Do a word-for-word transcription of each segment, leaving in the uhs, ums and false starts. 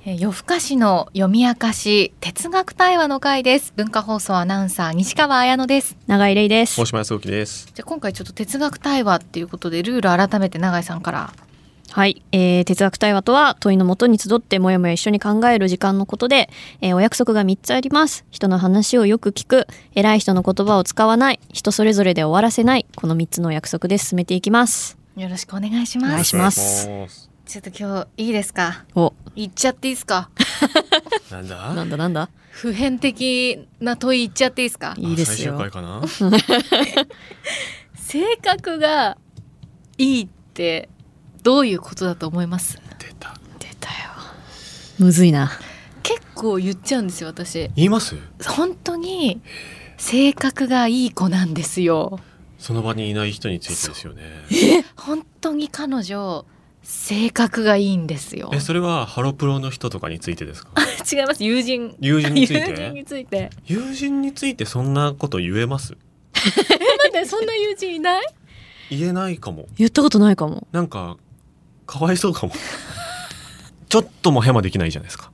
夜更かしの読み明かし哲学対話の会です。文化放送アナウンサー西川彩乃です。 永井玲です。 大島康之です。 じゃあ今回ちょっと哲学対話っていうことでルール改めて永井さんから。 はい、えー、哲学対話とは問いのもとに集ってもやもや一緒に考える時間のことで、えー、お約束がみっつあります。人の話をよく聞く、偉い人の言葉を使わない、人それぞれで終わらせない、このみっつのお約束で進めていきます。 よろしくお願いします。 お願いします。 ちょっと今日いいですか。 お言っちゃっていいですか。 なんだなんだなんだ普遍的な問い言っちゃっていいですか。 いいですよ。 最終回かな。 性格がいいってどういうことだと思います？ 出た出たよ。むずいな。 結構言っちゃうんですよ私。 言います？ 本当に性格がいい子なんですよ。 その場にいない人についてですよね。 え本当に彼女性格がいいんですよ。 えそれはハロプロの人とかについてですか？ 違います。友人友人について友人について友人についてそんなこと言えます？ え待ってそんな友人いない？ 言えないかも。 言ったことないかも。 なんかかわいそうかも。ちょっともヘマできないじゃないですか。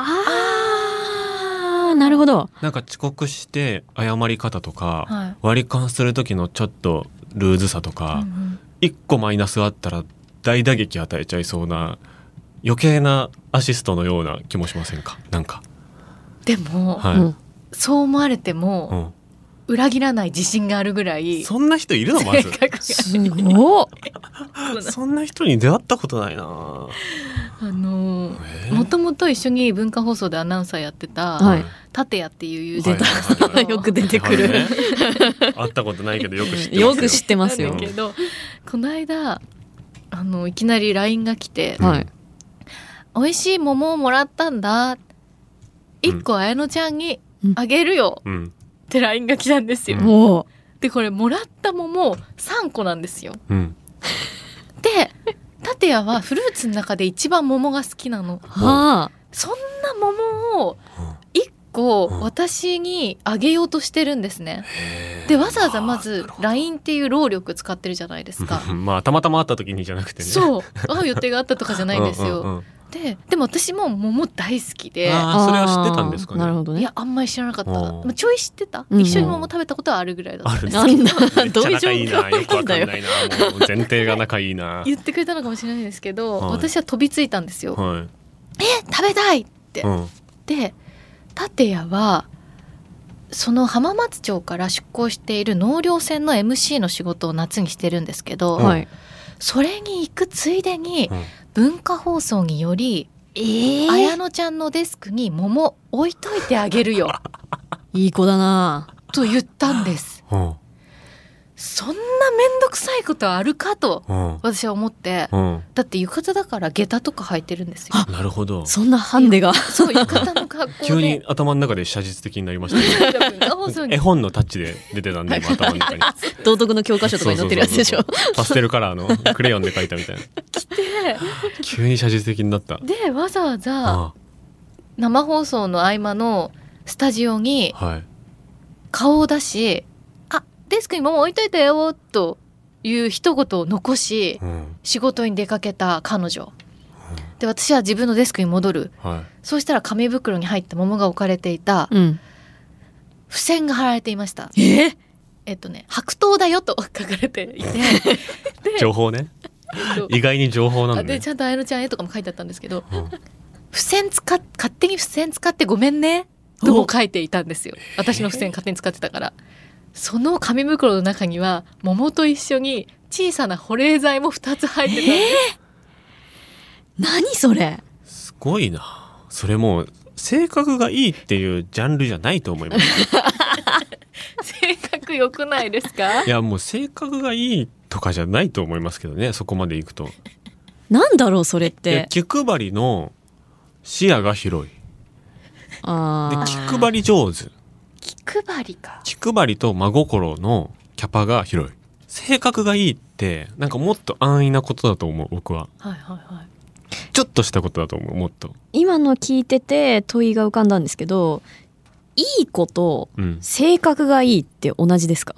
あーなるほど。 なんか遅刻して謝り方とか、 はい、 割り勘する時のちょっとルーズさとか、 うんうん、 いっこマイナスあったら大打撃与えちゃいそうな余計なアシストのような気もしませんか？なんかでも、 はい、 うん、 そう思われても、うん、裏切らない自信があるぐらい。 そんな人いるの？まず性格がすごっそんな人に出会ったことないな。 あのー、もともと一緒に文化放送でアナウンサーやってた、 はい、 立谷っていう友人なんですけど、 はい、よく出てくる、 ね、会ったことないけどよく知ってますよ。 よく知ってますよ。 だけどこの間あのいきなり ライン が来て、 はい、 美味しい桃をもらったんだ、いっこ綾乃ちゃんにあげるよ、うん、って ライン が来たんですよ、うん、でこれもらった桃さんこなんですよ、うん、で立谷はフルーツの中で一番桃が好きなの、はあ、そんな桃をいっこ私にあげようとしてるんですね。でわざわざまず ライン っていう労力使ってるじゃないですか。 まあたまたま会った時にじゃなくてね。 そう会う予定があったとかじゃないんですよ。うんうんうん、で, でも私も桃大好きで。 あそれは知ってたんですかね。 なるほどね。 いやあんまり知らなかった。まあ、ちょい知ってた、うんうん、一緒に桃食べたことはあるぐらいだったんですけど。 めっちゃ仲いいな。よくわかんないな。もう前提が仲いいな。 言ってくれたのかもしれないですけど、はい、私は飛びついたんですよ、はい、え食べたいって、うん、で立谷はその浜松町から出向している納涼船の エムシー の仕事を夏にしてるんですけど、はい、それに行くついでに文化放送により、えー、綾乃ちゃんのデスクに桃置いといてあげるよいい子だなと言ったんです、うん、そんなめんどくさいことあるかと私は思って、うん、だって浴衣だから下駄とか履いてるんですよ。 なるほど。 そんなハンデがそう浴衣の格好で急に頭の中で写実的になりましたね絵本のタッチで出てたんで今頭の中に道徳の教科書とかに載ってるやつでしょ。 パステルカラーのクレヨンで描いたみたいな来て急に写実的になった。 でわざわざ生放送の合間のスタジオに顔を出し、あデスクに桃置いといたよという一言を残し、うん、仕事に出かけた彼女、うん、で私は自分のデスクに戻る、はい、そうしたら紙袋に入った桃が置かれていた、うん、付箋が貼られていました。 ええっとね白桃だよと書かれていてで情報ね、えっと、意外に情報なんだね。 でちゃんと綾乃ちゃんへとかも書いてあったんですけど、うん、付箋使っ勝手に付箋使ってごめんねとも書いていたんですよ。私の付箋勝手に使ってたから。その紙袋の中には桃と一緒に小さな保冷剤もふたつ入ってたんです、えー、何それすごいな。それもう性格がいいっていうジャンルじゃないと思います性格良くないですか？ いやもう性格がいいとかじゃないと思いますけどね。そこまでいくとなんだろうそれって。 気配りの視野が広い。あで気配り上手。 気配りか。 気配りと真心のキャパが広い。性格がいいってなんかもっと安易なことだと思う僕は。はいはいはい。ちょっとしたことだと思う。もっと今の聞いてて問いが浮かんだんですけど、いい子と性格がいいって同じですか？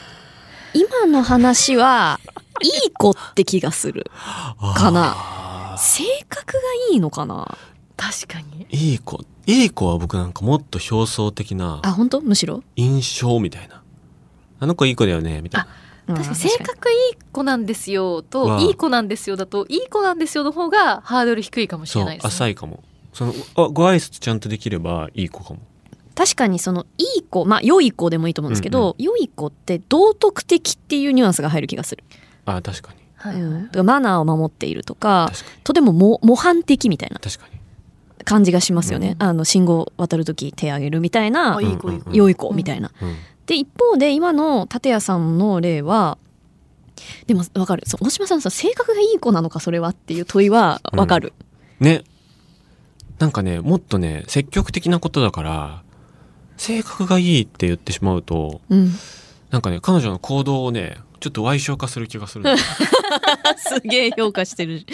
今の話はいい子って気がするかな。 性格がいいのかな。 確かにいい子いい子は僕なんかもっと表層的な、 あ本当むしろ印象みたいな、あの子いい子だよねみたいな。 確かに性格いい子なんですよといい子なんですよだといい子なんですよの方がハードル低いかもしれないですね。 そう浅いかも。そのあご挨拶ちゃんとできればいい子かも。 確かにそのいい子まあ良い子でもいいと思うんですけど、うんうん、良い子って道徳的っていうニュアンスが入る気がする。 あ確かに、 はいうん、だからマナーを守っているとかとても模模範的みたいな感じがしますよね、うん、あの信号渡るとき手上げるみたいな、いい子良い子みたいな、うんうん、で一方で今の立谷さんの例はでも分かる。そう大島さんさ性格がいい子なのかそれはっていう問いは分かる、 うん、ね。なんかねもっとね積極的なことだから性格がいいって言ってしまうと、うん、なんかね彼女の行動をねちょっと歪償化する気がするすげえ評価してる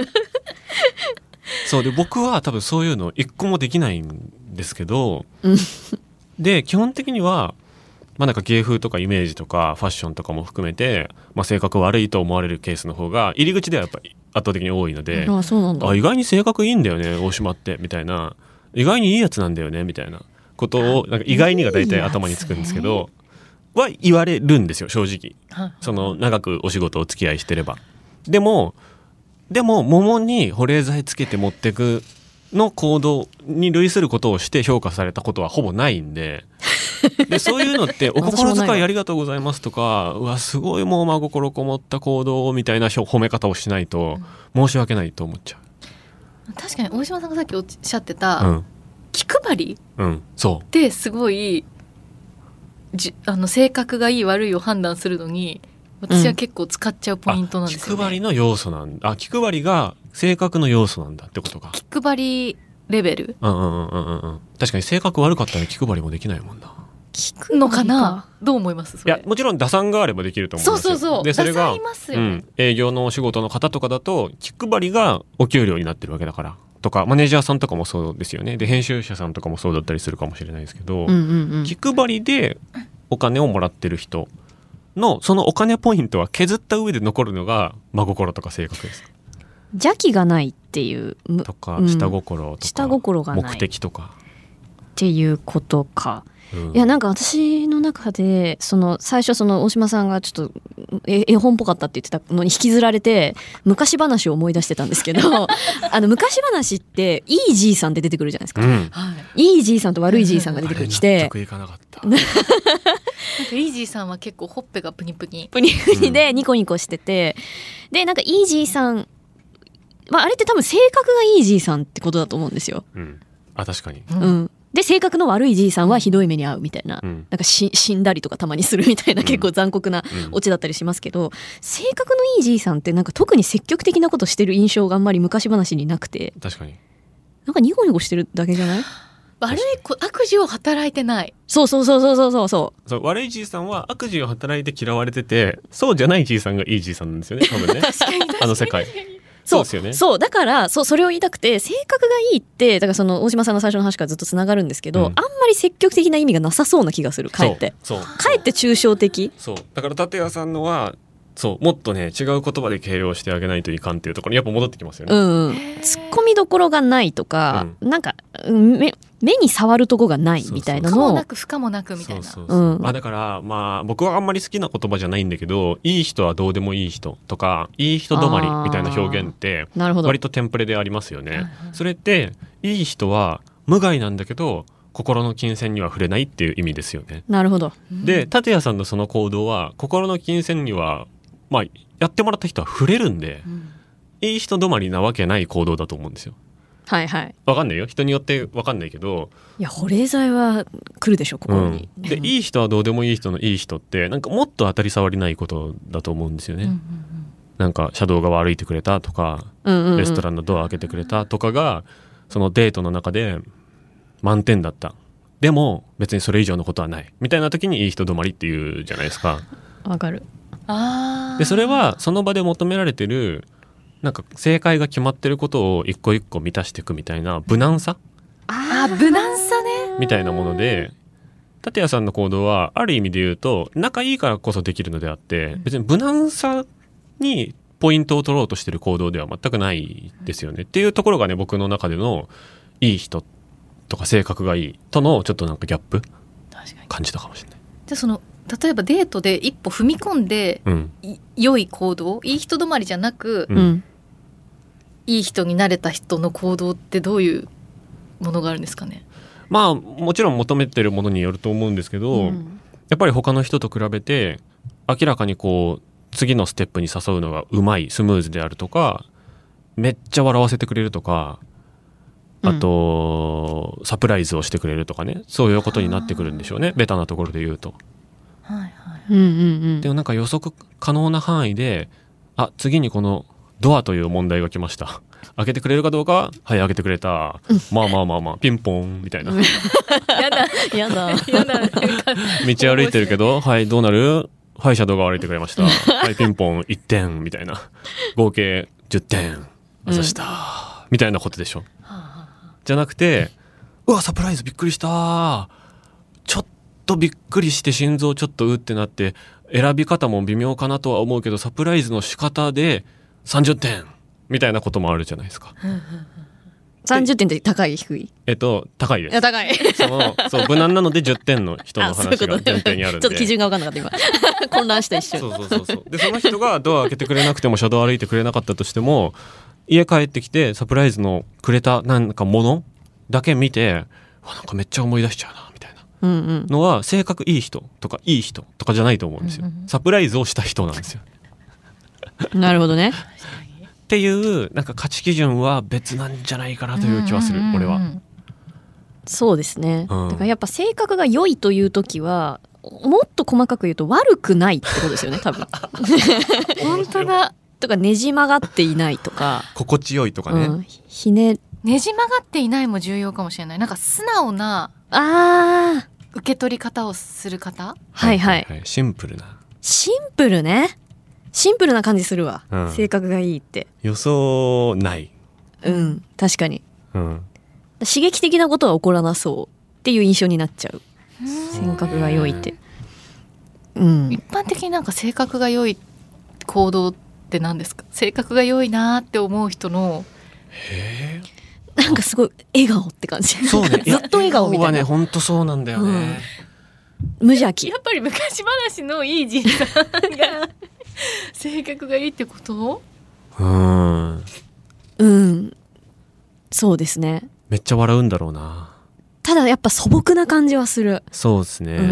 そうで僕は多分そういうの一個もできないんですけどで基本的にはまあなんか芸風とかイメージとかファッションとかも含めて、まあ、性格悪いと思われるケースの方が入り口ではやっぱり圧倒的に多いので、 あそうなんだ。 あ意外に性格いいんだよね大島ってみたいな、意外にいいやつなんだよねみたいなことをなんか意外にが大体頭につくんですけどは言われるんですよ正直。その長くお仕事お付き合いしてれば。でもでも桃に保冷剤つけて持ってくの行動に類することをして評価されたことはほぼないんででそういうのってお心遣いありがとうございますとかうわすごいもう真心こもった行動みたいな褒め方をしないと申し訳ないと思っちゃう。確かに大島さんがさっきおっしゃってた、うん、気配り、 うん、そうってすごいじあの性格がいい悪いを判断するのに私は結構使っちゃうポイントなんですよね、 うん、気配りの要素なんだ。あ気配りが性格の要素なんだってことか。 気配りレベル、 うんうんうんうんうん、確かに性格悪かったら気配りもできないもんな。 聞くのかな。どう思いますそれ。 いやもちろん打算があればできると思うんですよ。 そうそうそう。 でそれが、 打算いますよね、うん、 営業のお仕事の方とかだと気配りがお給料になってるわけだからとかマネージャーさんとかもそうですよね。で編集者さんとかもそうだったりするかもしれないですけど、うんうんうん、気配りでお金をもらってる人のそのお金ポイントは削った上で残るのが真心とか性格です。 邪気がないっていうとか下心とか、うん、 下心がない目的とかっていうことか、うん、いやなんか私の中でその最初その大島さんがちょっと絵本っぽかったって言ってたのに引きずられて昔話を思い出してたんですけどあの昔話っていいじいさんって出てくるじゃないですか、うん、いいじいさんと悪いじいさんが出てくるきて納得いかなかったなんかイージーさんは結構ほっぺがプニプニプニプニでニコニコしてて、うん、でなんかイージーさん、まあ、あれって多分性格がいいじいさんってことだと思うんですよ、 うん、あ確かに、 うん、で性格の悪いじいさんはひどい目に遭うみたいな、うん、なんかし死んだりとかたまにするみたいな結構残酷なオチだったりしますけど、うん、性格のいいじいさんってなんか特に積極的なことしてる印象があんまり昔話になくて、 確かになんかニコニコしてるだけじゃない？ 悪い子悪事を働いてない。 そうそうそうそうそうそうそう悪いじいさんは悪事を働いて嫌われてて、そうじゃないじいさんがいいじいさんなんですよね多分ね確かに確かにあの世界そうですよね。 そうだからそうそれを言いたくて、性格がいいってだからその大島さんの最初の話からずっとつながるんですけど、うん、あんまり積極的な意味がなさそうな気がする。かえってそうそうかえって抽象的。 そうだから立谷さんのはそうもっとね違う言葉で形容してあげないといかんっていうところにやっぱ戻ってきますよね、 うんうん、ツッコミどころがないとか、うん、なんか目目に触るとこがないみたいなのを可もなく不可もなくみたいな。 そうそうそう、うん、あだからまあ僕はあんまり好きな言葉じゃないんだけど、いい人はどうでもいい人とかいい人止まりみたいな表現って割とテンプレでありますよね。それっていい人は無害なんだけど心の金銭には触れないっていう意味ですよね。 なるほど。 で立谷さんのその行動は心の金銭にはまあやってもらった人は触れるんで、うん、いい人止まりなわけない行動だと思うんですよ。 はいはい。 わかんないよ、人によってわかんないけど、 いや保冷剤は来るでしょ心に、 うん、でいい人はどうでもいい人のいい人ってなんかもっと当たり障りないことだと思うんですよね、うんうんうん、なんか車道側歩いてくれたとか、うんうんうん、レストランのドア開けてくれたとかがそのデートの中で満点だった、でも別にそれ以上のことはないみたいな時にいい人止まりっていうじゃないですか。 わかる。 あでそれはその場で求められてるなんか正解が決まってることを一個一個満たしていくみたいな無難さ、 あー無難さねみたいなもので、立谷さんの行動はある意味で言うと仲いいからこそできるのであって、別に無難さにポイントを取ろうとしてる行動では全くないですよね、うん、っていうところがね僕の中でのいい人とか性格がいいとのちょっとなんかギャップ感じたかもしれない。 じゃあその例えばデートで一歩踏み込んで、うん、良い行動、いい人止まりじゃなく、うん、いい人になれた人の行動ってどういうものがあるんですかね。 まあもちろん求めてるものによると思うんですけど、うん、やっぱり他の人と比べて明らかにこう次のステップに誘うのがうまいスムーズであるとか、めっちゃ笑わせてくれるとか、あと、うん、サプライズをしてくれるとかね、そういうことになってくるんでしょうね、ベタなところで言うと。はいはい、うんうんうん、でもなんか予測可能な範囲で、あ、次にこのドアという問題が来ました、開けてくれるかどうか、はい開けてくれた、まあまあまあまあピンポンみたいなやだやだやだ道歩いてるけど、はいどうなる、はいシャドウが歩いてくれましたはいピンポンいってんみたいな、合計じゅってんあざした、うん、みたいなことでしょ。じゃなくて、うわサプライズびっくりした、ちょっとびっくりして心臓ちょっとうってなって、選び方も微妙かなとは思うけどサプライズの仕方でさんじゅってんみたいなこともあるじゃないですか。 さんじゅってんって高い低い？ えっと高いです。いや高い。 そのそう無難なのでじゅってんの人の話が前提にあるんで、 ちょっと基準が分かんなかった今混乱した一瞬。 そうそうそうそう。でその人がドア開けてくれなくても車道歩いてくれなかったとしても、家帰ってきてサプライズのくれたなんかものだけ見て、わなんかめっちゃ思い出しちゃうなみたいなのは、性格いい人とかいい人とかじゃないと思うんですよ。サプライズをした人なんですよ。 なるほどね。 っていうなんか価値基準は別なんじゃないかなという気はする、俺は。 そうですね、うん、だからやっぱ性格が良いという時はもっと細かく言うと悪くないってことですよね多分本当だ。 とかねじ曲がっていないとか心地よいとかね、うん、 ひねねじ曲がっていないも重要かもしれない。なんか素直なあ受け取り方をする方、 はいはい、はい、 シンプルなシンプルね、シンプルな感じするわ、うん、性格がいいって予想ない。 うん確かに、うん、刺激的なことは起こらなそうっていう印象になっちゃう、性格が良いって、 うん、一般的になんか性格が良い行動って何ですか。性格が良いなって思う人のへなんかすごい笑顔って感じ。そうねずっと笑顔みたいな。 はね本当そうなんだよね、 うん、無邪気。 やっぱり昔話のいいじいさんが性格がいいってこと？ うんうんそうですね。 めっちゃ笑うんだろうな。 ただやっぱ素朴な感じはする。 そうですね、うん、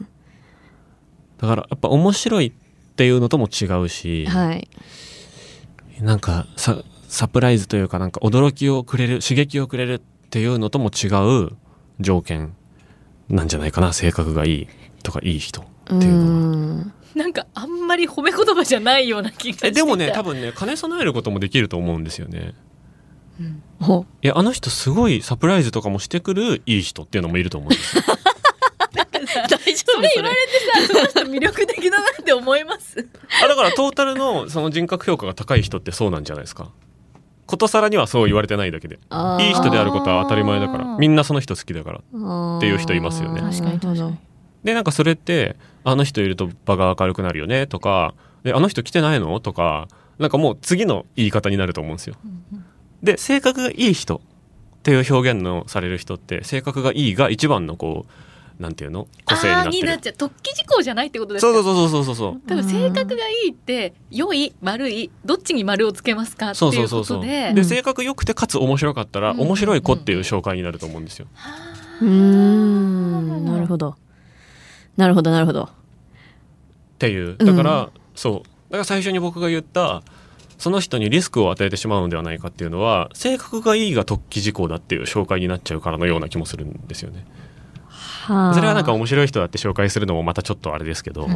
だからやっぱ面白いっていうのとも違うし、 はい、 なんかさサプライズというかなんか驚きをくれる刺激をくれるっていうのとも違う条件なんじゃないかな、性格がいいとかいい人っていうのは。 なんかあんまり褒め言葉じゃないような気がしてた。 でもね多分ね兼ね備えることもできると思うんですよね、うん、いやあの人すごいサプライズとかもしてくるいい人っていうのもいると思うんですよ大丈夫それ言われてさその人魅力的だなって思いますあだからトータルのその人格評価が高い人ってそうなんじゃないですか。ことさらにはそう言われてないだけでいい人であることは当たり前だから、みんなその人好きだからっていう人いますよね。 確かに確かに。 でなんかそれってあの人いると場が明るくなるよねとか、であの人来てないのとか、なんかもう次の言い方になると思うんですよ。で性格がいい人っていう表現のされる人って性格がいいが一番のこうなんていうの個性になってる。あーになっちゃう。 突起事項じゃないってことですか。 そうそうそうそうそう。 多分性格がいいって良い悪いどっちに丸をつけますかっていうことで。そうそうそうそう。 で性格良くてかつ面白かったら、うん、面白い子っていう紹介になると思うんですよ。 うーんなるほどなるほどなるほど。 っていうだから、うん、そうだから最初に僕が言ったその人にリスクを与えてしまうのではないかっていうのは性格がいいが突起事項だっていう紹介になっちゃうからのような気もするんですよね。はあ、それはなんか面白い人だって紹介するのもまたちょっとあれですけど、うん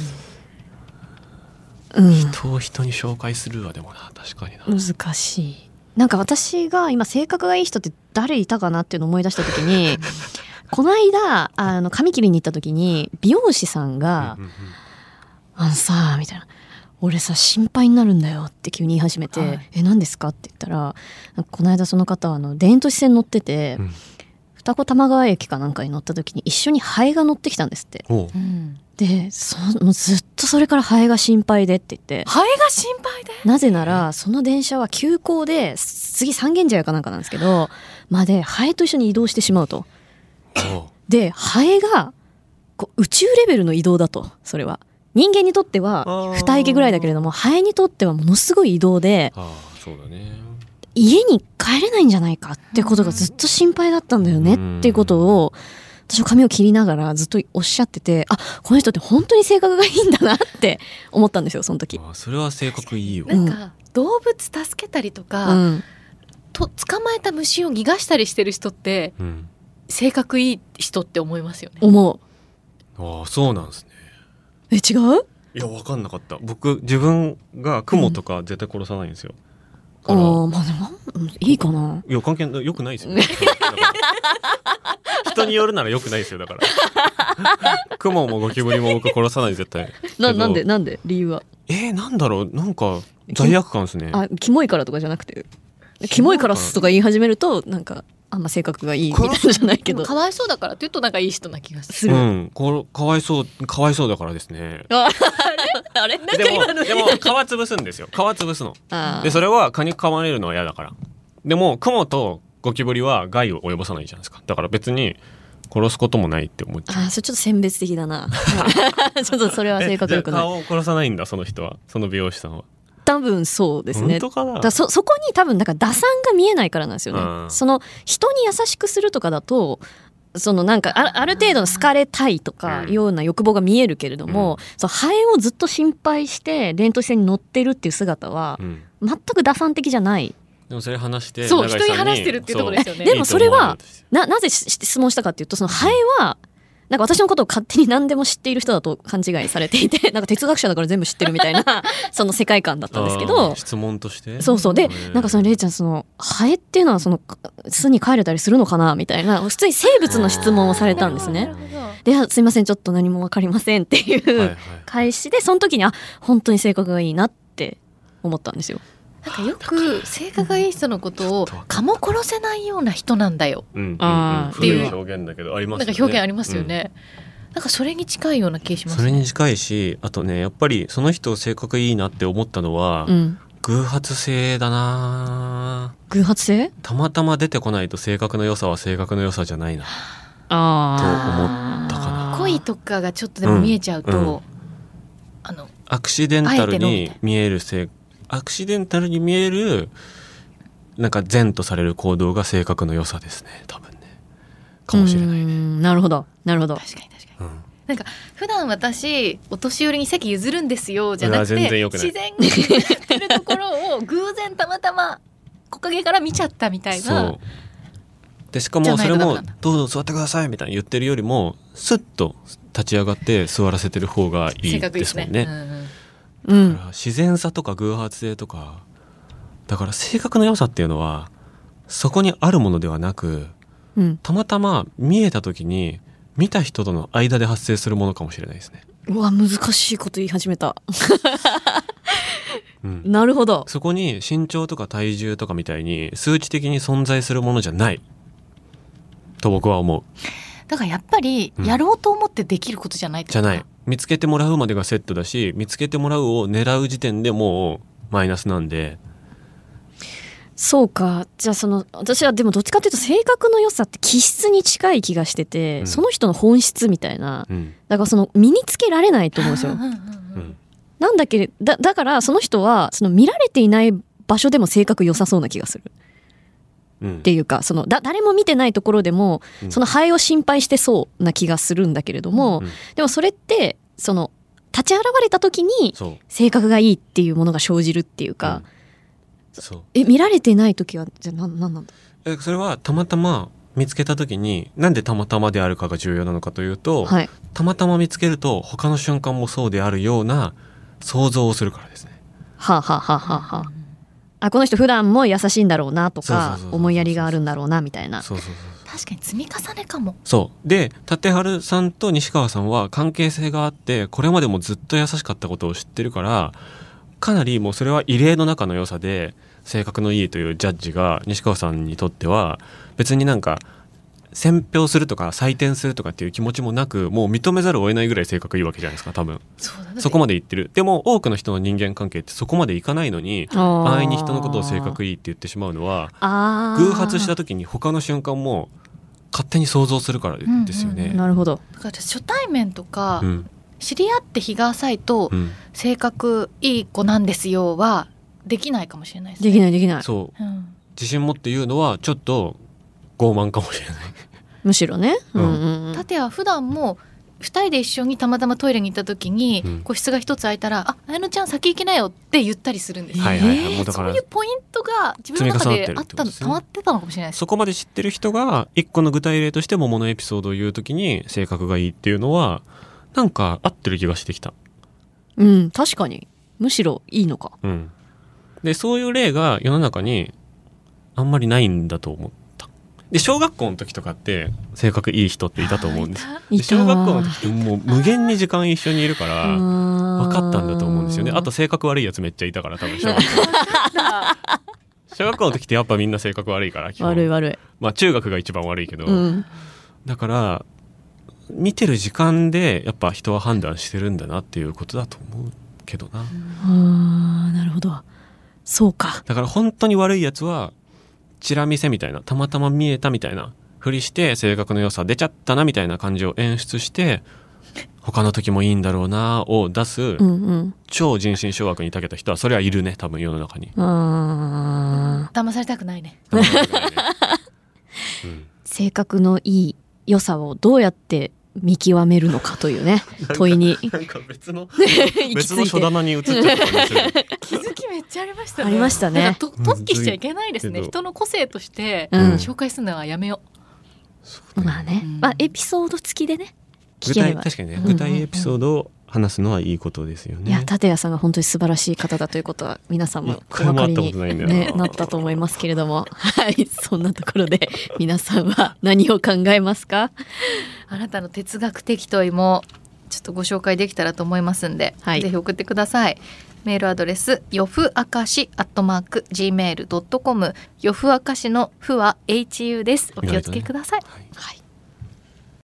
うんうん、人を人に紹介するはでもな確かにな難しい。なんか私が今性格がいい人って誰いたかなっていうのを思い出した時にこの間あの髪切りに行った時に美容師さんが、うんうんうん、あのさみたいな俺さ心配になるんだよって急に言い始めて、はい、え何ですかって言ったらこの間その方はあの田園都市線乗ってて、うん、二子玉川駅かなんかに乗った時に一緒にハエが乗ってきたんですって、うん、 でそもうずっとそれからハエが心配でって言って、 ハエが心配で、 なぜならその電車は急行で次三軒茶屋かなんかなんですけどまでハエと一緒に移動してしまうと。でハエがこう宇宙レベルの移動だと。それは人間にとっては二駅ぐらいだけれどもハエにとってはものすごい移動で、 あそうだね、 家に帰れないんじゃないかってことがずっと心配だったんだよねっていうことを私は髪を切りながらずっとおっしゃってて、あこの人って本当に性格がいいんだなって思ったんですよその時。 あそれは性格いいよ。 なんか動物助けたりとか、うん、と捕まえた虫を逃がしたりしてる人って、うん、性格いい人って思いますよね。 思う。 ああそうなんですね。 え違う？ いや分かんなかった。僕自分がクモとか絶対殺さないんですよ、 うん、あまあでもいいかな。 いや関係ない、よくないですよ、ね、人によるならよくないですよだからクモもゴキブリも僕殺さない絶対な, なんでなんで理由はえー、なんだろうなんか罪悪感ですね。 あキモいからとかじゃなくてキモいからとか言い始めるとなんかあんま性格がいいみたいなじゃないけどかわいそうだからって言うとなんかいい人な気がする。 うん、こかわいそうかわいそうだからですね。 あれあれなんか今のでもでも皮潰すんですよ。皮潰すのでそれは蚊に噛まれるのは嫌だから。でもクモとゴキブリは害を及ぼさないじゃないですか。だから別に殺すこともないって思っちゃう。 あそれちょっと選別的だなちょっとそれは性格良くない。 顔を殺さないんだその人は、その美容師さんは。 多分そうですね。 本当かな。 だ そ, そこに多分なんか打算が見えないからなんですよね、うん、その人に優しくするとかだとそのなんか あ, ある程度の好かれたいとかいうような欲望が見えるけれども、うん、そのハエをずっと心配してレント線に乗ってるっていう姿は、うん、全く打算的じゃない。 でもそれ話してそう人に話してるっていうところですよね。 でもそれは な, なぜ質問したかっていうとそのハエはなんか私のことを勝手に何でも知っている人だと勘違いされていてなんか哲学者だから全部知ってるみたいなその世界観だったんですけど、 質問としてそうそうでなんかそのレイちゃんそのハエっていうのはその巣に帰れたりするのかなみたいな普通に生物の質問をされたんですね。ですいませんちょっと何も分かりませんっていう返しでその時にあ本当に性格がいいなって思ったんですよ。 なんかよく性格がいい人のことを蚊も殺せないような人なんだよっていう表現だけどありますよね。 なんか表現ありますよね、うん、なんかそれに近いような気がしますね。 それに近いしあとねやっぱりその人性格いいなって思ったのは、うん、偶発性だな。 偶発性？ たまたま出てこないと性格の良さは性格の良さじゃないなあと思ったかな。 恋とかがちょっとでも見えちゃうと、うんうん、あのアクシデンタルに見える性アクシデンタルに見えるなんか善とされる行動が性格の良さですね多分ねかもしれないね。 うんなるほどなるほど。 確かに確かに、うん、なんか普段私お年寄りに席譲るんですよじゃなくて全然良くない自然にやってるところを偶然たまたま木陰から見ちゃったみたいな。 そうでしかもそれもどうぞ座ってくださいみたいな言ってるよりもスッと立ち上がって座らせてる方がいいですもんね。だから自然さとか偶発性とかだから性格の良さっていうのはそこにあるものではなく、うん、たまたま見えた時に見た人との間で発生するものかもしれないですね。 うわ難しいこと言い始めた、うん、なるほど。 そこに身長とか体重とかみたいに数値的に存在するものじゃないと僕は思う。 だからやっぱりやろうと思ってできることじゃないってことか、 じゃない。見つけてもらうまでがセットだし見つけてもらうを狙う時点でもうマイナスなんで。 そうか。じゃあその私はでもどっちかというと性格の良さって気質に近い気がしてて、うん、その人の本質みたいな、うん、だからその身につけられないと思うんですよ、うん、なんだけど だ, だからその人はその見られていない場所でも性格良さそうな気がする、うん、っていうかそのだ誰も見てないところでも、うん、そのハエを心配してそうな気がするんだけれども、うん、でもそれってその立ち現れた時に性格がいいっていうものが生じるっていうか、うん、そうえ見られてない時はじゃあ何なんだ。 えそれはたまたま見つけた時になんでたまたまであるかが重要なのかというと、はい、たまたま見つけると他の瞬間もそうであるような想像をするからですね。 はあ、はあはあはあ、あこの人普段も優しいんだろうなとか思いやりがあるんだろうなみたいな。 そうそうそう確かに積み重ねかも。 そうで立春さんと西川さんは関係性があってこれまでもずっと優しかったことを知ってるからかなりもうそれは異例の中の良さで性格のいいというジャッジが西川さんにとっては別になんか選評するとか採点するとかっていう気持ちもなく、もう認めざるを得ないぐらい性格いいわけじゃないですか多分。 そうだね、 そこまで言ってる。でも多くの人の人間関係ってそこまでいかないのに安易に人のことを性格いいって言ってしまうのは、偶発した時に他の瞬間も勝手に想像するからですよね、うんうん、 なるほど。 だから初対面とか、うん、知り合って日が浅いと、うん、性格いい子なんですよはできないかもしれないですね。 できないできない。 そう、うん、自信持って言うのはちょっと傲慢かもしれないむしろね、うんうんうん、盾は普段もふたりで一緒にたまたまトイレに行った時に、うん、個室が一つ空いたらあ、綾乃ちゃん先行きなよって言ったりするんですよ、はいはいはい、もうだからそういうポイントが自分の中であったの、溜まってたのかもしれないです。 そこまで知ってる人が一個の具体例として桃のエピソードを言う時に性格がいいっていうのはなんか合ってる気がしてきた。 うん、確かにむしろいいのか、 うん、でそういう例が世の中にあんまりないんだと思った。で小学校の時とかって性格いい人っていたと思うんです。で小学校の時ってもう無限に時間一緒にいるから分かったんだと思うんですよね。あと性格悪いやつめっちゃいたから多分小学校小学校の時ってやっぱみんな性格悪いから悪い悪い、 まあ中学が一番悪いけど、うん、だから見てる時間でやっぱ人は判断してるんだなっていうことだと思うけどな。 あ、なるほど、そうか。 だから本当に悪いやつはチラ見せみたいな、たまたま見えたみたいなふりして性格の良さ出ちゃったなみたいな感じを演出して他の時もいいんだろうなを出す、うんうん、超人心掌握に長けた人はそれはいるね多分世の中に。 あ、 騙されたくないね。 騙されたくないね、 うん、性格のいい良さをどうやって見極めるのかというね問いになんか別の別の書棚に移っちゃった感じする気づきめっちゃありましたね。 ありましたね。 と特記しちゃいけないですね。人の個性として、うん、紹介するのはやめよう、うん、まあね、うん、まあ、エピソード付きでね具体確かにね具体エピソードを話すのはいいことですよね。 いや立谷さんが本当に素晴らしい方だということは皆さんもお分かりに、ね、なったと思いますけれどもはいそんなところで皆さんは何を考えますか。 あなたの哲学的問いもちょっとご紹介できたらと思いますんで、はい、ぜひ送ってください。メールアドレスよふあかしアットマーク ジーメールドットコム よふあかしのふは エイチユー です。お気をつけください、はいはい。